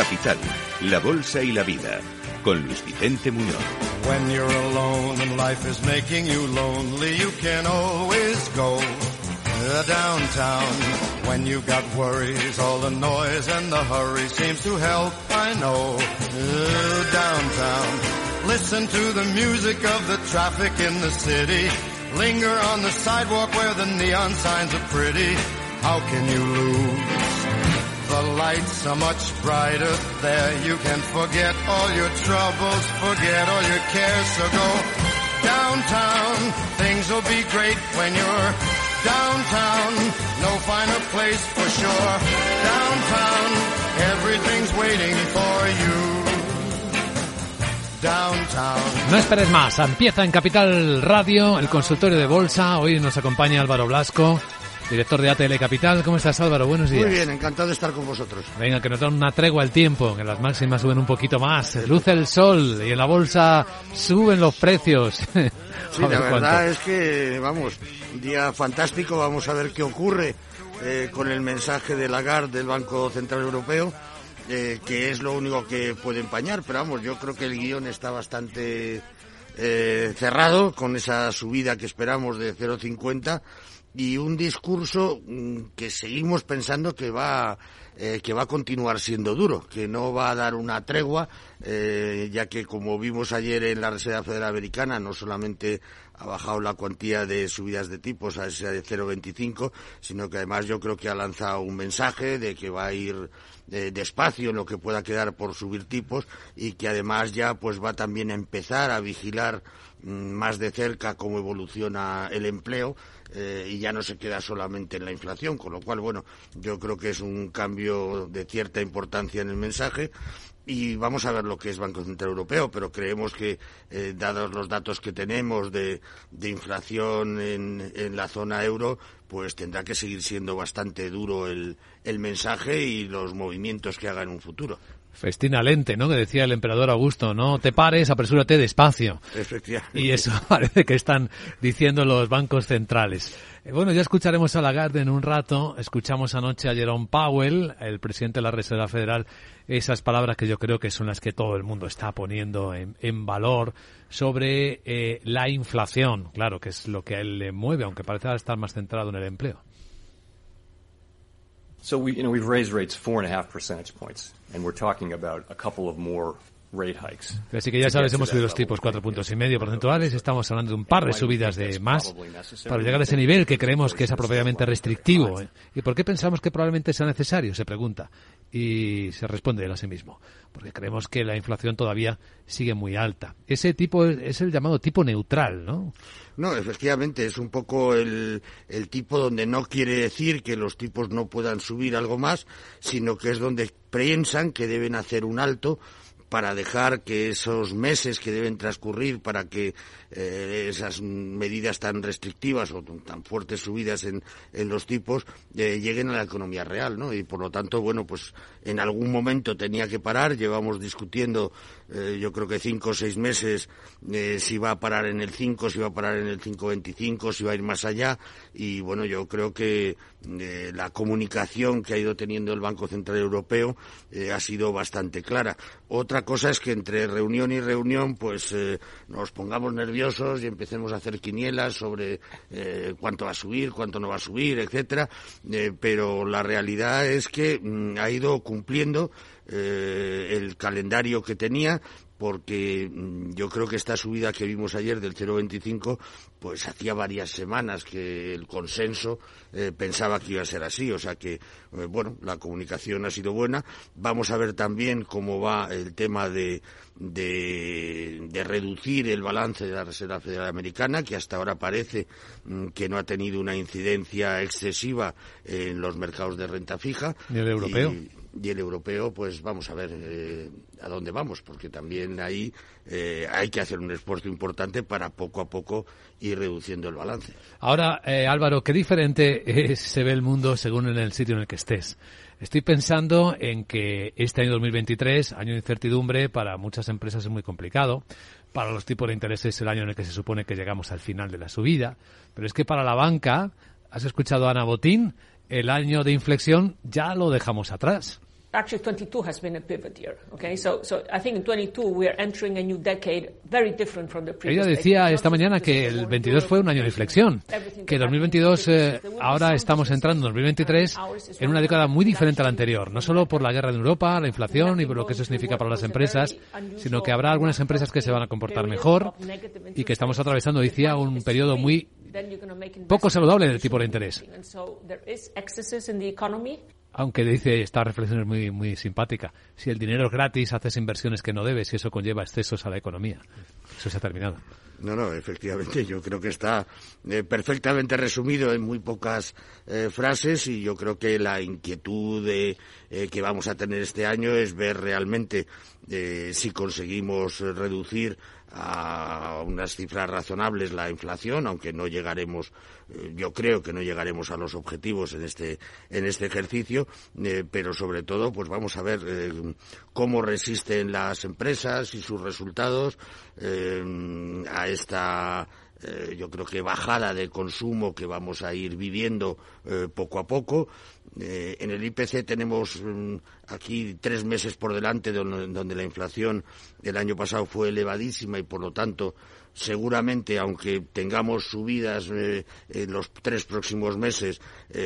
Capital, la bolsa y la vida, con Luis Vicente Muñoz. When you're alone and life is making you lonely, you can always go downtown. When you've got worries, all the noise and the hurry seems to help, I know. Downtown. Listen to the music of the traffic in the city. Linger on the sidewalk where the neon signs are pretty. How can you lose? The lights are much brighter there. You can forget all your troubles, forget all your cares. So go downtown. Things will be great when you're downtown. No finer place for sure. Downtown. Everything's waiting for you. Downtown. No esperes más. Empieza en Capital Radio, el consultorio de bolsa. Hoy nos acompaña Álvaro Blasco, director de ATL Capital. ¿Cómo estás, Álvaro? Buenos días. Muy bien, encantado de estar con vosotros. Venga, que nos dan una tregua al tiempo, que las máximas suben un poquito más. Luce el sol y en la bolsa suben los precios. Sí, la verdad es que, vamos, un día fantástico. Vamos a ver qué ocurre con el mensaje de Lagarde del Banco Central Europeo, que es lo único que puede empañar. Pero vamos, yo creo que el guión está bastante cerrado con esa subida que esperamos de 0,50. Y un discurso que seguimos pensando que va a continuar siendo duro, que no va a dar una tregua, ya que, como vimos ayer en la Reserva Federal Americana, no solamente ha bajado la cuantía de subidas de tipos a esa de 0,25, sino que además yo creo que ha lanzado un mensaje de que va a ir despacio en lo que pueda quedar por subir tipos, y que además ya pues va también a empezar a vigilar más de cerca cómo evoluciona el empleo, y ya no se queda solamente en la inflación, con lo cual, bueno, yo creo que es un cambio de cierta importancia en el mensaje. Y vamos a ver lo que es Banco Central Europeo, pero creemos que, dados los datos que tenemos de inflación en la zona euro, pues tendrá que seguir siendo bastante duro el mensaje y los movimientos que haga en un futuro. Festina lente, ¿no? Que decía el emperador Augusto, no te pares, apresúrate despacio. Efectivamente. Y eso parece que están diciendo los bancos centrales. Bueno, ya escucharemos a Lagarde en un rato. Escuchamos anoche a Jerome Powell, el presidente de la Reserva Federal, esas palabras que yo creo que son las que todo el mundo está poniendo en valor sobre la inflación. Claro, que es lo que a él le mueve, aunque parece estar más centrado en el empleo. So we've raised rates 4.5 percentage points, and we're talking about a couple of more rate hikes. Así que ya sabes, hemos subido los tipos 4,5 puntos porcentuales. Estamos hablando de un par de subidas de más para llegar a ese nivel que creemos que es apropiadamente restrictivo. ¿Y por qué pensamos que probablemente sea necesario? Se pregunta. Y se responde él a sí mismo. Porque creemos que la inflación todavía sigue muy alta. Ese tipo es el llamado tipo neutral, ¿no? No, efectivamente, es un poco el tipo donde no quiere decir que los tipos no puedan subir algo más, sino que es donde piensan que deben hacer un alto para dejar que esos meses que deben transcurrir para que esas medidas tan restrictivas o tan fuertes subidas en los tipos lleguen a la economía real, ¿no? Y por lo tanto, bueno, pues en algún momento tenía que parar. Llevamos discutiendo yo creo que 5 o 6 meses si va a parar en el 5, si va a parar en el 5,25, si va a ir más allá. Y bueno, yo creo que la comunicación que ha ido teniendo el Banco Central Europeo ha sido bastante clara. Otra cosa es que entre reunión y reunión pues nos pongamos nerviosos y empecemos a hacer quinielas sobre cuánto va a subir, cuánto no va a subir, etcétera, pero la realidad es que ha ido cumpliendo el calendario que tenía, porque yo creo que esta subida que vimos ayer del 0,25, pues hacía varias semanas que el consenso pensaba que iba a ser así. O sea que, bueno, la comunicación ha sido buena. Vamos a ver también cómo va el tema de reducir el balance de la Reserva Federal Americana, que hasta ahora parece que no ha tenido una incidencia excesiva en los mercados de renta fija. ¿Y el europeo? Y el europeo, pues vamos a ver a dónde vamos, porque también ahí hay que hacer un esfuerzo importante para poco a poco ir reduciendo el balance. Ahora, Álvaro, ¿qué diferente se ve el mundo según en el sitio en el que estés? Estoy pensando en que este año 2023, año de incertidumbre, para muchas empresas es muy complicado. Para los tipos de interés es el año en el que se supone que llegamos al final de la subida. Pero es que para la banca, ¿has escuchado a Ana Botín? El año de inflexión ya lo dejamos atrás. Actually, 22 has been a pivot year. Okay, so I think in 22 we are entering a new decade very different from the previous. Ella decía esta mañana que el 22 fue un año de inflexión, que 2022 ahora estamos entrando en 2023 en una década muy diferente a la anterior, no solo por la guerra en Europa, la inflación y por lo que eso significa para las empresas, sino que habrá algunas empresas que se van a comportar mejor y que estamos atravesando, decía, un periodo muy poco saludable del tipo de interés. Aunque dice, esta reflexión es muy simpática, si el dinero es gratis, haces inversiones que no debes y eso conlleva excesos a la economía. Eso se ha terminado. No, efectivamente, yo creo que está perfectamente resumido en muy pocas frases y yo creo que la inquietud que vamos a tener este año es ver realmente si conseguimos reducir a unas cifras razonables la inflación, aunque no llegaremos, yo creo que no llegaremos a los objetivos en este ejercicio, pero sobre todo pues vamos a ver cómo resisten las empresas y sus resultados a esta yo creo que bajada de consumo que vamos a ir viviendo poco a poco. En el IPC tenemos aquí 3 meses por delante donde la inflación del año pasado fue elevadísima y por lo tanto seguramente, aunque tengamos subidas en los 3 próximos meses,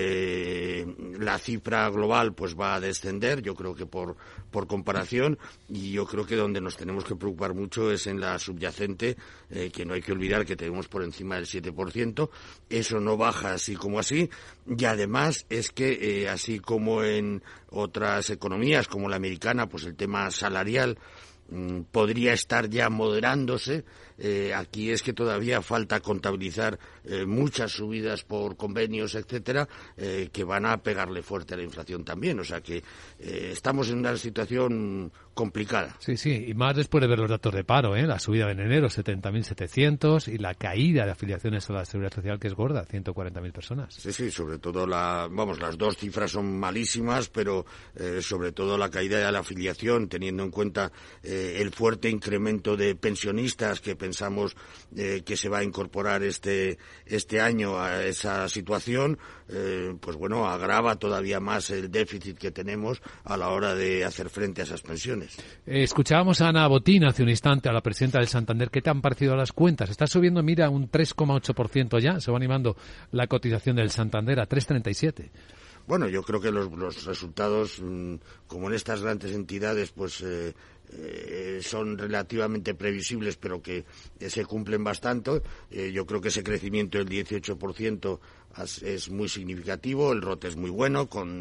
la cifra global pues va a descender, yo creo que por comparación, y yo creo que donde nos tenemos que preocupar mucho es en la subyacente, que no hay que olvidar que tenemos por encima del 7%, eso no baja así como así, y además es que así como en otras economías como la americana, pues el tema salarial podría estar ya moderándose. Aquí es que todavía falta contabilizar muchas subidas por convenios, etcétera, que van a pegarle fuerte a la inflación también. O sea que estamos en una situación complicada. Sí, y más después de ver los datos de paro, la subida en enero, 70.700, y la caída de afiliaciones a la Seguridad Social, que es gorda, 140.000 personas. Sí, sobre todo las dos cifras son malísimas, pero sobre todo la caída de la afiliación, teniendo en cuenta el fuerte incremento de pensionistas que pensamos que se va a incorporar este año a esa situación, pues bueno, agrava todavía más el déficit que tenemos a la hora de hacer frente a esas pensiones. Escuchábamos a Ana Botín hace un instante, a la presidenta del Santander. ¿Qué te han parecido las cuentas? Está subiendo, mira, un 3,8% ya, se va animando la cotización del Santander a 3,37. Bueno, yo creo que los resultados, como en estas grandes entidades, pues son relativamente previsibles, pero que se cumplen bastante. Yo creo que ese crecimiento del 18% es muy significativo, el ROTE es muy bueno, con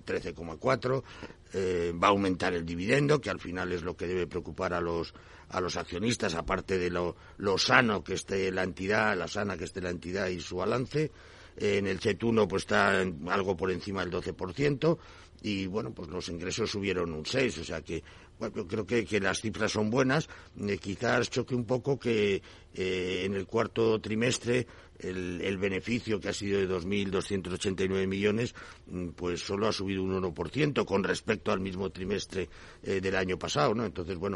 13,4%. Va a aumentar el dividendo, que al final es lo que debe preocupar a los accionistas, aparte de lo sano que esté la entidad, la sana que esté la entidad y su balance. En el CET1 pues está algo por encima del 12% y bueno, pues los ingresos subieron un 6%, o sea que bueno, yo creo que las cifras son buenas. Quizás choque un poco que en el cuarto trimestre el beneficio, que ha sido de 2.289 millones, pues solo ha subido un 1% con respecto al mismo trimestre del año pasado, ¿no? Entonces, bueno,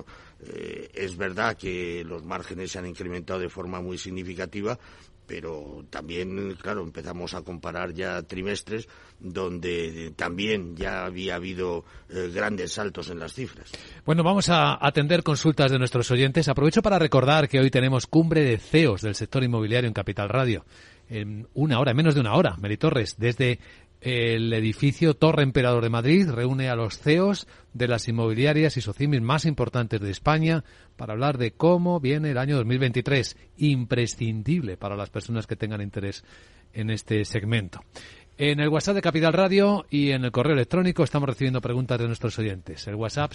es verdad que los márgenes se han incrementado de forma muy significativa, pero también, claro, empezamos a comparar ya trimestres donde también ya había habido grandes saltos en las cifras. Bueno, vamos a atender consultas de nuestros oyentes. Aprovecho para recordar que hoy tenemos cumbre de CEOs del sector inmobiliario en Capital Radio. En menos de una hora, Meli Torres, desde el edificio Torre Emperador de Madrid, reúne a los CEOs de las inmobiliarias y socimis más importantes de España para hablar de cómo viene el año 2023, imprescindible para las personas que tengan interés en este segmento. En el WhatsApp de Capital Radio y en el correo electrónico estamos recibiendo preguntas de nuestros oyentes. El WhatsApp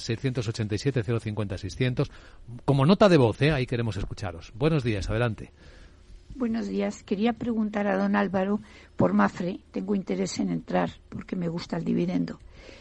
687-050-600. Como nota de voz, ahí queremos escucharos. Buenos días, adelante. Buenos días. Quería preguntar a don Álvaro por Mapfre. Tengo interés en entrar porque me gusta el dividendo.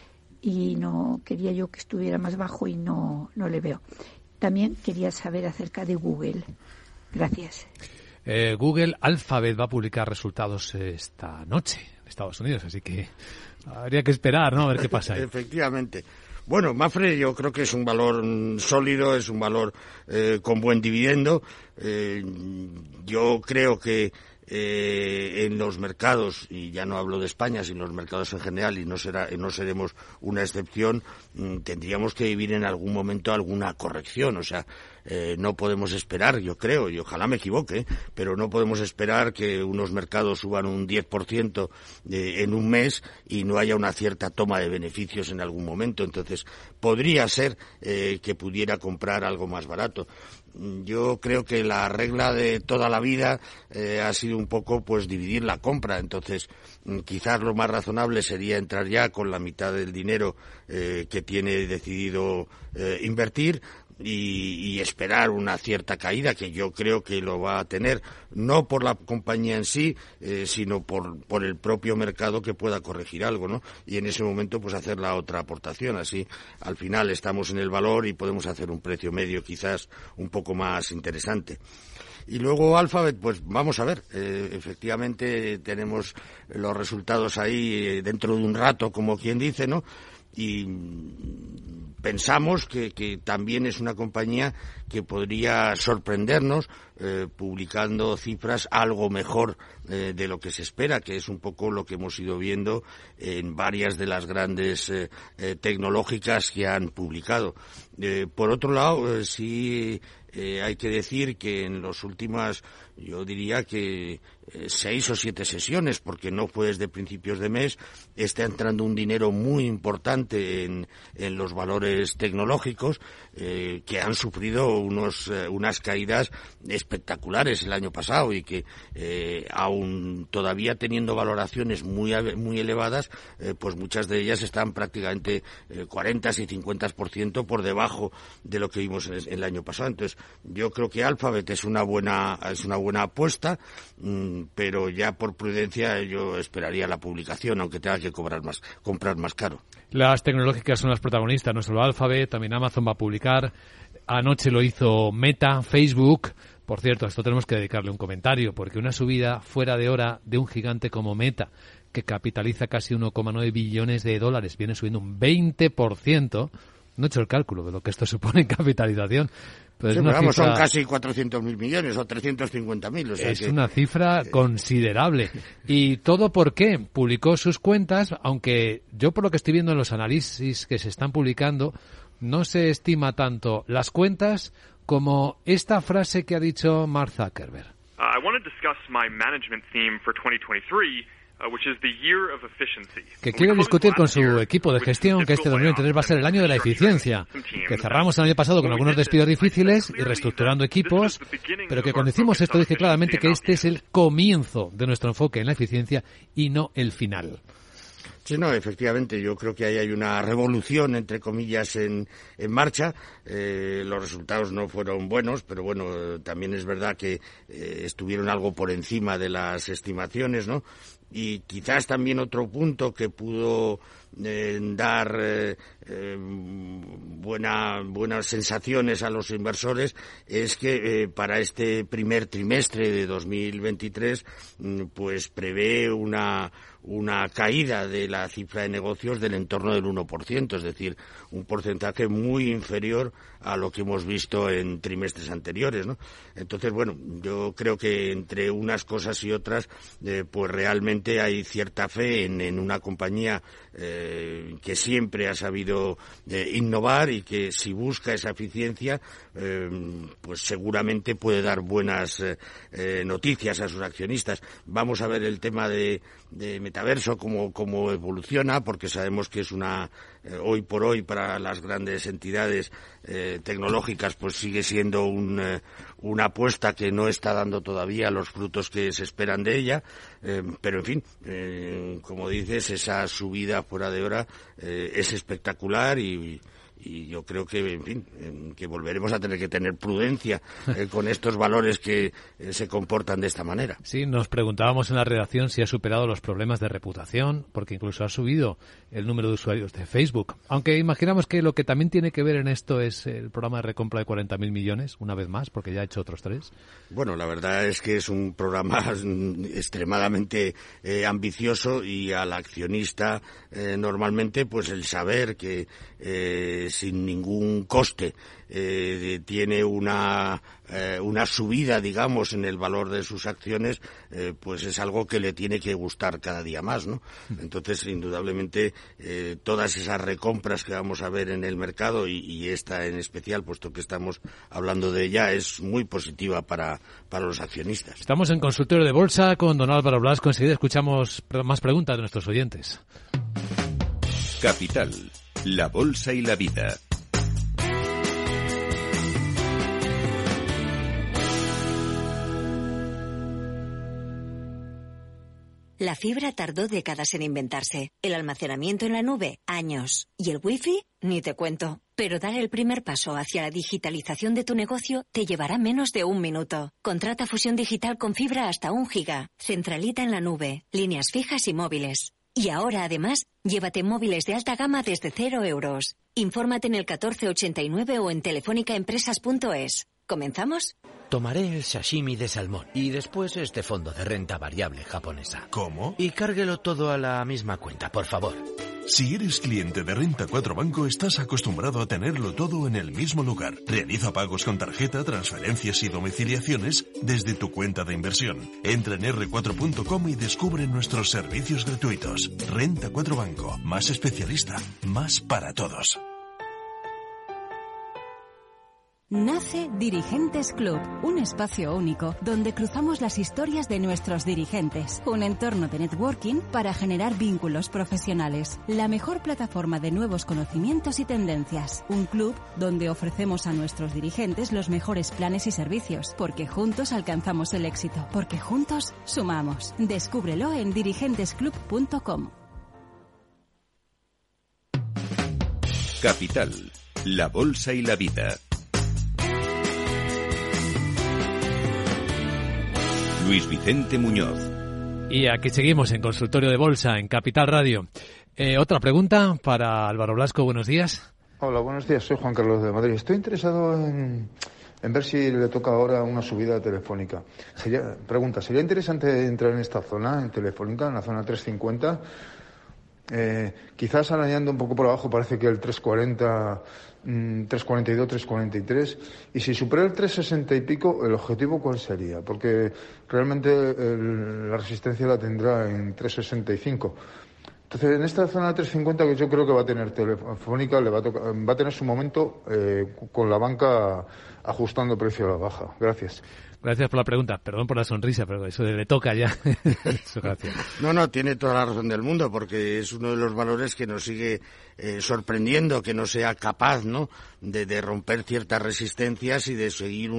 Y no quería yo que estuviera más bajo y no le veo. También quería saber acerca de Google. Gracias. Google Alphabet va a publicar resultados esta noche en Estados Unidos, así que habría que esperar, ¿no? A ver qué pasa ahí. Efectivamente. Bueno, Mapfre yo creo que es un valor sólido, es un valor con buen dividendo. Yo creo que en los mercados, y ya no hablo de España, sino los mercados en general, y no seremos una excepción, tendríamos que vivir en algún momento alguna corrección. O sea, no podemos esperar, yo creo, y ojalá me equivoque, pero no podemos esperar que unos mercados suban un 10% en un mes y no haya una cierta toma de beneficios en algún momento. Entonces, podría ser que pudiera comprar algo más barato. Yo creo que la regla de toda la vida ha sido un poco pues dividir la compra. Entonces, quizás lo más razonable sería entrar ya con la mitad del dinero que tiene decidido invertir y esperar una cierta caída, que yo creo que lo va a tener, no por la compañía en sí, sino por el propio mercado, que pueda corregir algo, ¿no? Y en ese momento pues hacer la otra aportación. Así al final estamos en el valor y podemos hacer un precio medio quizás un poco más interesante. Y luego Alphabet, pues vamos a ver, efectivamente tenemos los resultados ahí dentro de un rato, como quien dice, ¿no? Y pensamos que también es una compañía que podría sorprendernos publicando cifras algo mejor de lo que se espera, que es un poco lo que hemos ido viendo en varias de las grandes tecnológicas que han publicado. Por otro lado, sí hay que decir que en las últimas, yo diría que 6 o 7 sesiones, porque no fue desde principios de mes, está entrando un dinero muy importante en los valores tecnológicos que han sufrido unas caídas espectaculares el año pasado y que aún todavía teniendo valoraciones muy elevadas, pues muchas de ellas están prácticamente 40 y 50% por debajo de lo que vimos el año pasado. Entonces, yo creo que Alphabet es una buena apuesta, pero ya por prudencia yo esperaría la publicación, aunque tenga que comprar más caro. Las tecnológicas son las protagonistas, no solo Alphabet, también Amazon va a publicar. Anoche lo hizo Meta, Facebook. Por cierto, a esto tenemos que dedicarle un comentario, porque una subida fuera de hora de un gigante como Meta, que capitaliza casi 1,9 billones de dólares, viene subiendo un 20%. No he hecho el cálculo de lo que esto supone en capitalización. Pero sí, es una cifra, son casi 400.000 millones o 350.000. O sea, es una cifra considerable. ¿Y todo por qué? Publicó sus cuentas, aunque yo por lo que estoy viendo en los análisis que se están publicando, no se estima tanto las cuentas como esta frase que ha dicho Mark Zuckerberg. I want to discuss my management theme for 2023. Que quiere discutir con su equipo de gestión que este 2023 va a ser el año de la eficiencia, que cerramos el año pasado con algunos despidos difíciles y reestructurando equipos, pero que cuando decimos esto dice claramente que este es el comienzo de nuestro enfoque en la eficiencia y no el final. Sí, no, efectivamente, yo creo que ahí hay una revolución, entre comillas, en marcha. Los resultados no fueron buenos, pero bueno, también es verdad que estuvieron algo por encima de las estimaciones, ¿no? Y quizás también otro punto que pudo dar buenas sensaciones a los inversores es que para este primer trimestre de 2023 pues prevé una caída de la cifra de negocios del entorno del 1%, es decir, un porcentaje muy inferior a lo que hemos visto en trimestres anteriores, ¿no? Entonces, bueno, yo creo que entre unas cosas y otras, pues realmente hay cierta fe en una compañía que siempre ha sabido innovar y que si busca esa eficiencia, pues seguramente puede dar buenas noticias a sus accionistas. Vamos a ver el tema de metaverso, cómo evoluciona, porque sabemos que es hoy por hoy para las grandes entidades tecnológicas, pues sigue siendo una apuesta que no está dando todavía los frutos que se esperan de ella, pero en fin, como dices, esa subida fuera de hora es espectacular y yo creo que, en fin, que volveremos a tener que tener prudencia con estos valores que se comportan de esta manera. Sí, nos preguntábamos en la redacción si ha superado los problemas de reputación, porque incluso ha subido el número de usuarios de Facebook. Aunque imaginamos que lo que también tiene que ver en esto es el programa de recompra de 40.000 millones, una vez más, porque ya ha hecho otros 3. Bueno, la verdad es que es un programa extremadamente ambicioso y al accionista normalmente, pues el saber que sin ningún coste tiene una subida, digamos, en el valor de sus acciones, pues es algo que le tiene que gustar cada día más, ¿no? Entonces, indudablemente, todas esas recompras que vamos a ver en el mercado y esta en especial, puesto que estamos hablando de ella, es muy positiva para los accionistas. Estamos en Consultorio de Bolsa con don Álvaro Blasco. Enseguida escuchamos más preguntas de nuestros oyentes. Capital, la bolsa y la vida. La fibra tardó décadas en inventarse. El almacenamiento en la nube, años. Y el wifi, ni te cuento. Pero dar el primer paso hacia la digitalización de tu negocio te llevará menos de 1 minuto. Contrata fusión digital con fibra hasta 1 giga. Centralita en la nube, líneas fijas y móviles. Y ahora, además, llévate móviles de alta gama desde 0 euros. Infórmate en el 1489 o en telefónicaempresas.es. ¿Comenzamos? Tomaré el sashimi de salmón y después este fondo de renta variable japonesa. ¿Cómo? Y cárguelo todo a la misma cuenta, por favor. Si eres cliente de Renta 4 Banco, estás acostumbrado a tenerlo todo en el mismo lugar. Realiza pagos con tarjeta, transferencias y domiciliaciones desde tu cuenta de inversión. Entra en r4.com y descubre nuestros servicios gratuitos. Renta 4 Banco, más especialista, más para todos. Nace Dirigentes Club, un espacio único donde cruzamos las historias de nuestros dirigentes. Un entorno de networking para generar vínculos profesionales. La mejor plataforma de nuevos conocimientos y tendencias. Un club donde ofrecemos a nuestros dirigentes los mejores planes y servicios. Porque juntos alcanzamos el éxito. Porque juntos sumamos. Descúbrelo en dirigentesclub.com. Capital, la bolsa y la vida. Luis Vicente Muñoz. Y aquí seguimos en Consultorio de Bolsa, en Capital Radio. Otra pregunta para Álvaro Blasco. Buenos días. Hola, buenos días. Soy Juan Carlos de Madrid. Estoy interesado en ver si le toca ahora una subida telefónica. ¿Sería interesante entrar en esta zona, en Telefónica, en la zona 350? Quizás arañando un poco por abajo, parece que el 340... 342, 343, y si supera el 360 y pico, ¿el objetivo cuál sería? Porque realmente la resistencia la tendrá en 365. Entonces, en esta zona 350 que yo creo que va a tener Telefónica, va a tener su momento con la banca ajustando precio a la baja. Gracias. Gracias por la pregunta. Perdón por la sonrisa, pero eso le toca ya. Gracias. No, tiene toda la razón del mundo, porque es uno de los valores que nos sigue sorprendiendo, que no sea capaz, ¿no?, de romper ciertas resistencias y de seguir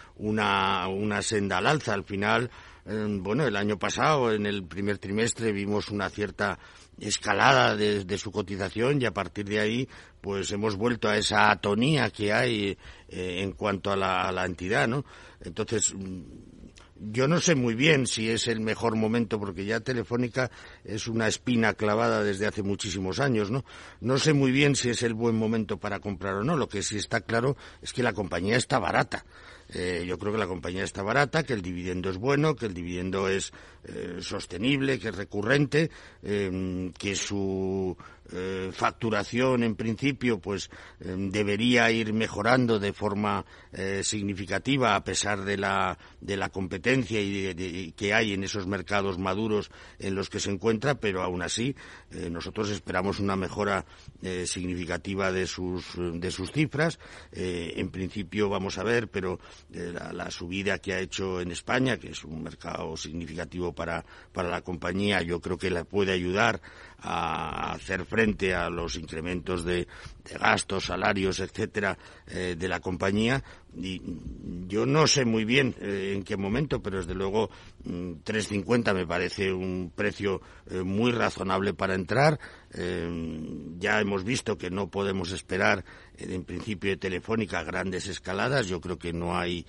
una senda al alza. Al final, el año pasado, en el primer trimestre, vimos una cierta escalada de su cotización y a partir de ahí pues hemos vuelto a esa atonía que hay en cuanto a la entidad, ¿no? Entonces, yo no sé muy bien si es el mejor momento, porque ya Telefónica es una espina clavada desde hace muchísimos años, ¿no? No sé muy bien si es el buen momento para comprar o no. Lo que sí está claro es que la compañía está barata. Yo creo que la compañía está barata, que el dividendo es bueno, que el dividendo es sostenible, que es recurrente, que su facturación en principio pues debería ir mejorando de forma significativa a pesar de la competencia y que hay en esos mercados maduros en los que se encuentra, pero aún así nosotros esperamos una mejora significativa de sus cifras. En principio vamos a ver, pero la subida que ha hecho en España, que es un mercado significativo para la compañía, yo creo que la puede ayudar a hacer frente a los incrementos de gastos, salarios, etcétera, de la compañía. Y yo no sé muy bien en qué momento, pero desde luego 3.50 me parece un precio muy razonable para entrar. Ya hemos visto que no podemos esperar en principio de Telefónica grandes escaladas. Yo creo que no hay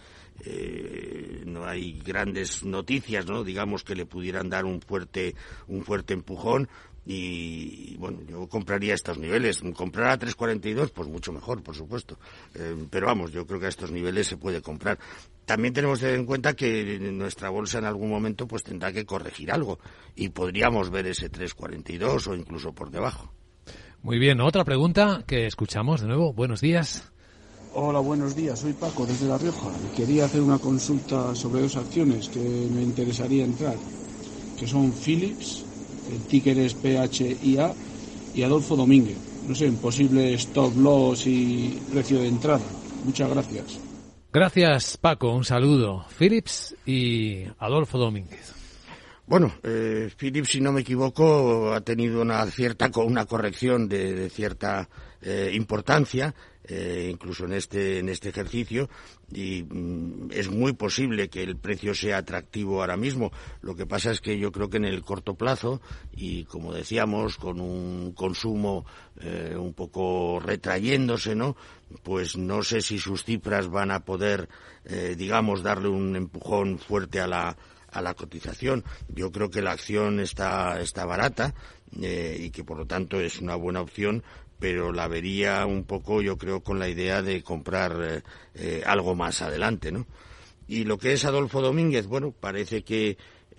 grandes noticias, ¿no?, digamos, que le pudieran dar un fuerte empujón. Y bueno, yo compraría a estos niveles. Comprar a 3.42, pues mucho mejor, por supuesto, pero vamos, yo creo que a estos niveles se puede comprar. También tenemos que tener en cuenta que nuestra bolsa en algún momento pues tendrá que corregir algo y podríamos ver ese 3.42 o incluso por debajo. Muy bien, otra pregunta que escuchamos de nuevo. Buenos días. Hola, buenos días. Soy Paco desde La Rioja. Quería hacer una consulta sobre 2 acciones que me interesaría entrar, que son Philips, el ticker es PHIA, y Adolfo Domínguez. No sé, en posible stop loss y precio de entrada. Muchas gracias. Gracias, Paco. Un saludo. Philips y Adolfo Domínguez. Bueno, Philips, si no me equivoco, ha tenido una corrección de cierta importancia, incluso en este ejercicio, y es muy posible que el precio sea atractivo ahora mismo. Lo que pasa es que yo creo que en el corto plazo, y como decíamos, con un consumo un poco retrayéndose, ¿no? Pues no sé si sus cifras van a poder, darle un empujón fuerte a la cotización. Yo creo que la acción está barata y que por lo tanto es una buena opción, pero la vería un poco, yo creo, con la idea de comprar algo más adelante, ¿no? Y lo que es Adolfo Domínguez, bueno, parece que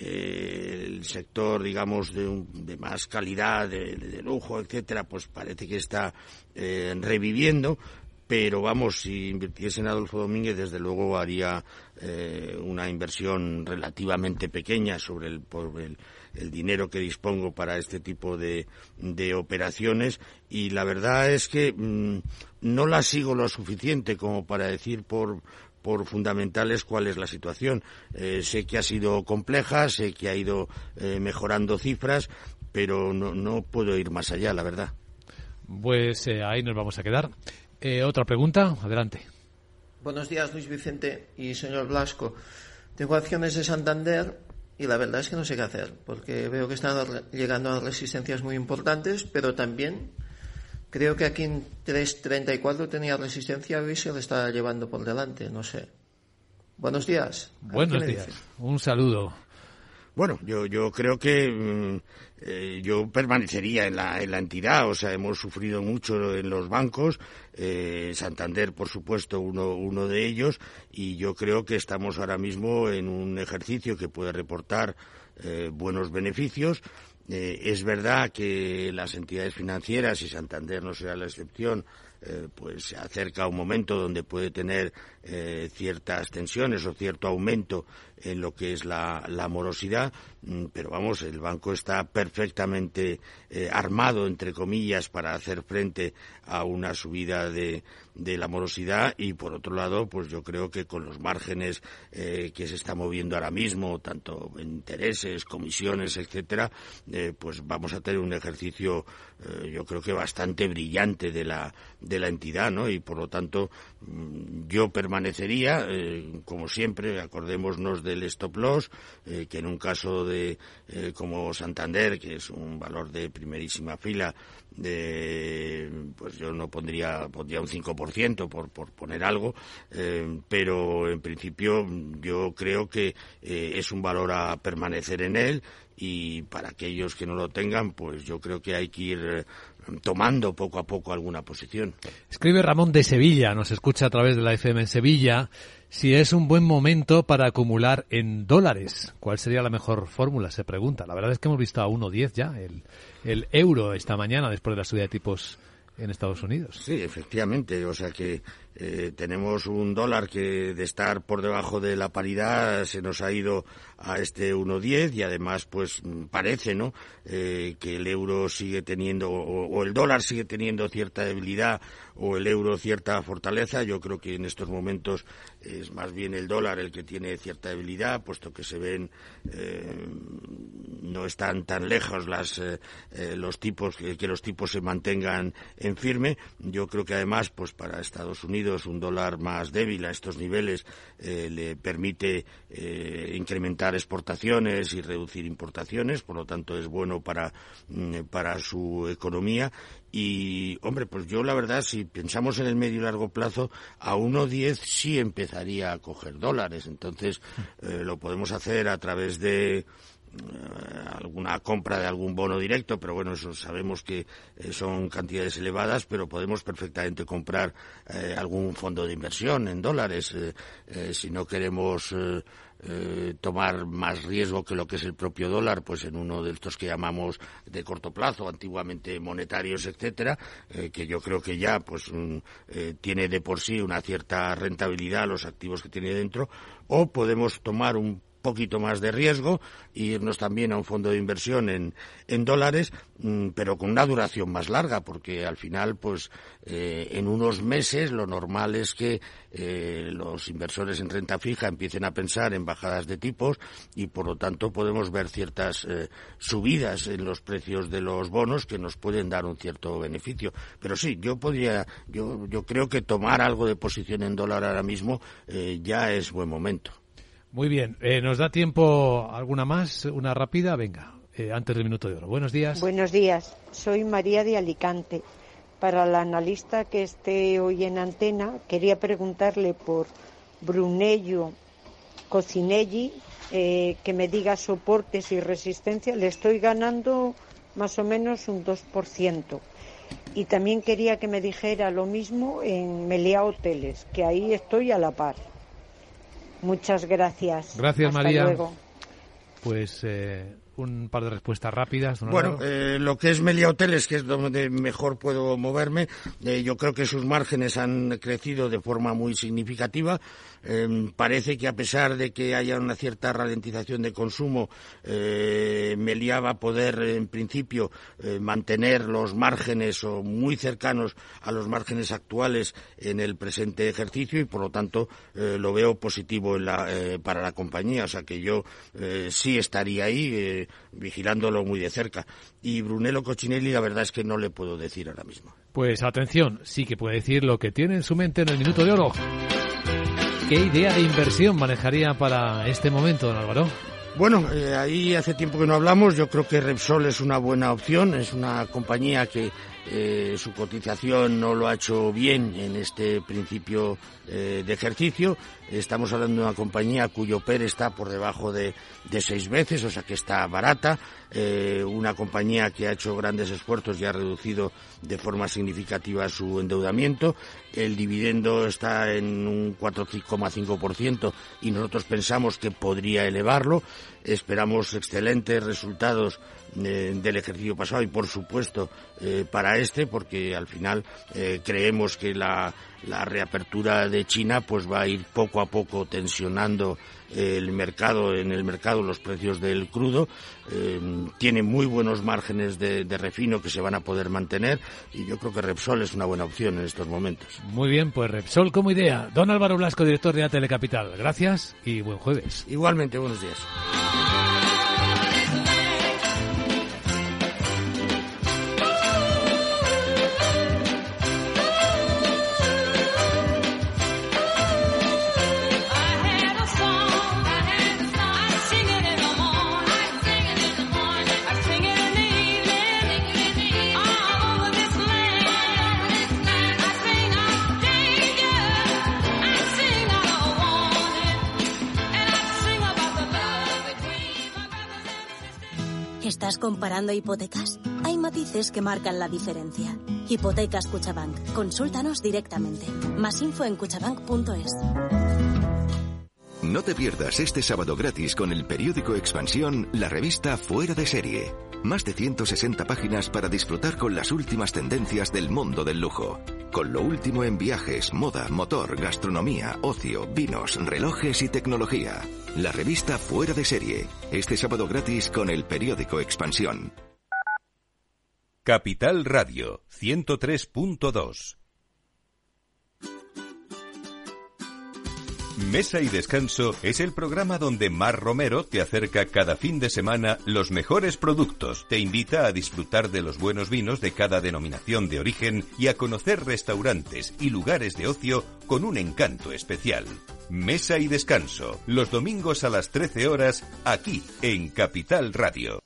el sector, digamos, de más calidad, de lujo, etcétera, pues parece que está reviviendo. Pero vamos, si invirtiese en Adolfo Domínguez, desde luego haría una inversión relativamente pequeña sobre el dinero que dispongo para este tipo de operaciones, y la verdad es que no la sigo lo suficiente como para decir por fundamentales cuál es la situación. Sé que ha sido compleja, sé que ha ido mejorando cifras, pero no puedo ir más allá, la verdad. Pues ahí nos vamos a quedar. Otra pregunta, adelante. Buenos días, Luis Vicente y señor Blasco. Tengo acciones de Santander y la verdad es que no sé qué hacer, porque veo que están llegando a resistencias muy importantes, pero también creo que aquí en 3.34 tenía resistencia y se le está llevando por delante, no sé. Buenos días. Buenos días. Un saludo. Bueno, yo creo que yo permanecería en la entidad. O sea, hemos sufrido mucho en los bancos, Santander, por supuesto, uno de ellos, y yo creo que estamos ahora mismo en un ejercicio que puede reportar buenos beneficios. Es verdad que las entidades financieras, y Santander no será la excepción, pues se acerca a un momento donde puede tener ciertas tensiones o cierto aumento en lo que es la morosidad, pero vamos, el banco está perfectamente armado, entre comillas, para hacer frente a una subida de la morosidad, y por otro lado, pues yo creo que con los márgenes que se está moviendo ahora mismo, tanto en intereses, comisiones, etcétera, pues vamos a tener un ejercicio yo creo que bastante brillante de la entidad, ¿no? Y por lo tanto yo permanecería, como siempre, acordémonos del stop loss, que en un caso de como Santander, que es un valor de primerísima fila, pues yo no pondría un 5% por poner algo, pero en principio yo creo que es un valor a permanecer en él, y para aquellos que no lo tengan, pues yo creo que hay que ir tomando poco a poco alguna posición. Escribe Ramón de Sevilla, nos escucha a través de la FM en Sevilla, si es un buen momento para acumular en dólares. ¿Cuál sería la mejor fórmula? Se pregunta. La verdad es que hemos visto a 1.10 ya el euro esta mañana después de la subida de tipos en Estados Unidos. Sí, efectivamente. O sea que tenemos un dólar que de estar por debajo de la paridad se nos ha ido a este 1.10, y además pues parece, ¿no?, que el euro sigue teniendo o el dólar sigue teniendo cierta debilidad o el euro cierta fortaleza. Yo creo que en estos momentos es más bien el dólar el que tiene cierta debilidad, puesto que se ven no están tan lejos los tipos, que los tipos se mantengan en firme. Yo creo que además pues para Estados Unidos un dólar más débil a estos niveles le permite incrementar exportaciones y reducir importaciones, por lo tanto es bueno para su economía. Y, hombre, pues yo la verdad, si pensamos en el medio y largo plazo, a 1.10 sí empezaría a coger dólares. Entonces lo podemos hacer a través de alguna compra de algún bono directo, pero bueno, eso sabemos que son cantidades elevadas, pero podemos perfectamente comprar algún fondo de inversión en dólares si no queremos tomar más riesgo que lo que es el propio dólar, pues en uno de estos que llamamos de corto plazo, antiguamente monetarios, etcétera, que yo creo que ya pues tiene de por sí una cierta rentabilidad los activos que tiene dentro, o podemos tomar un poquito más de riesgo e irnos también a un fondo de inversión en dólares, pero con una duración más larga, porque al final pues en unos meses lo normal es que los inversores en renta fija empiecen a pensar en bajadas de tipos y por lo tanto podemos ver ciertas subidas en los precios de los bonos que nos pueden dar un cierto beneficio. Pero sí, yo creo que tomar algo de posición en dólar ahora mismo ya es buen momento. Muy bien, ¿nos da tiempo alguna más? Una rápida, venga, antes del minuto de oro. Buenos días. Buenos días, soy María de Alicante. Para la analista que esté hoy en antena, quería preguntarle por Brunello Cocinelli, que me diga soportes y resistencia. Le estoy ganando más o menos un 2%. Y también quería que me dijera lo mismo en Meliá Hoteles, que ahí estoy a la par. Muchas gracias. Gracias, Hasta María. Luego. Pues un par de respuestas rápidas. Bueno, lo que es Meliá Hoteles, que es donde mejor puedo moverme, yo creo que sus márgenes han crecido de forma muy significativa. Parece que a pesar de que haya una cierta ralentización de consumo, Meliá va a poder, en principio, mantener los márgenes o muy cercanos a los márgenes actuales en el presente ejercicio y, por lo tanto, lo veo positivo para la compañía. O sea que yo sí estaría ahí vigilándolo muy de cerca. Y Brunello Cucinelli, la verdad es que no le puedo decir ahora mismo. Pues atención, sí que puede decir lo que tiene en su mente en el minuto de oro. ¿Qué idea de inversión manejaría para este momento, don Álvaro? Bueno, ahí hace tiempo que no hablamos. Yo creo que Repsol es una buena opción. Es una compañía que su cotización no lo ha hecho bien en este principio de ejercicio. Estamos hablando de una compañía cuyo PER está por debajo de 6 veces, o sea que está barata. Una compañía que ha hecho grandes esfuerzos y ha reducido de forma significativa su endeudamiento. El dividendo está en un 4,5% y nosotros pensamos que podría elevarlo. Esperamos excelentes resultados del ejercicio pasado y, por supuesto, para porque al final creemos que la reapertura de China pues va a ir poco a poco tensionando en el mercado los precios del crudo. Tiene muy buenos márgenes de refino que se van a poder mantener y yo creo que Repsol es una buena opción en estos momentos. Muy bien, pues Repsol como idea. Don Álvaro Blasco, director de ATL Capital. Gracias y buen jueves. Igualmente, buenos días. ¿Estás comparando hipotecas? Hay matices que marcan la diferencia. Hipotecas Cuchabank. Consúltanos directamente. Más info en cuchabank.es. No te pierdas este sábado gratis con el periódico Expansión, la revista Fuera de Serie. Más de 160 páginas para disfrutar con las últimas tendencias del mundo del lujo. Con lo último en viajes, moda, motor, gastronomía, ocio, vinos, relojes y tecnología. La revista Fuera de Serie. Este sábado gratis con el periódico Expansión. Capital Radio 103.2. Mesa y Descanso es el programa donde Mar Romero te acerca cada fin de semana los mejores productos, te invita a disfrutar de los buenos vinos de cada denominación de origen y a conocer restaurantes y lugares de ocio con un encanto especial. Mesa y Descanso, los domingos a las 13 horas, aquí en Capital Radio.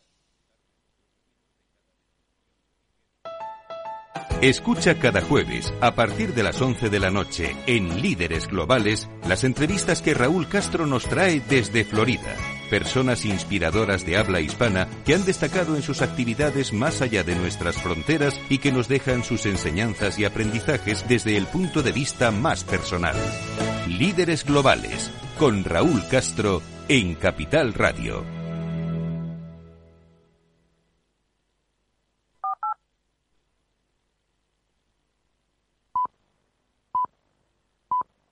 Escucha cada jueves, a partir de las 11 de la noche, en Líderes Globales, las entrevistas que Raúl Castro nos trae desde Florida. personas inspiradoras de habla hispana que han destacado en sus actividades más allá de nuestras fronteras y que nos dejan sus enseñanzas y aprendizajes desde el punto de vista más personal. Líderes Globales, con Raúl Castro en Capital Radio.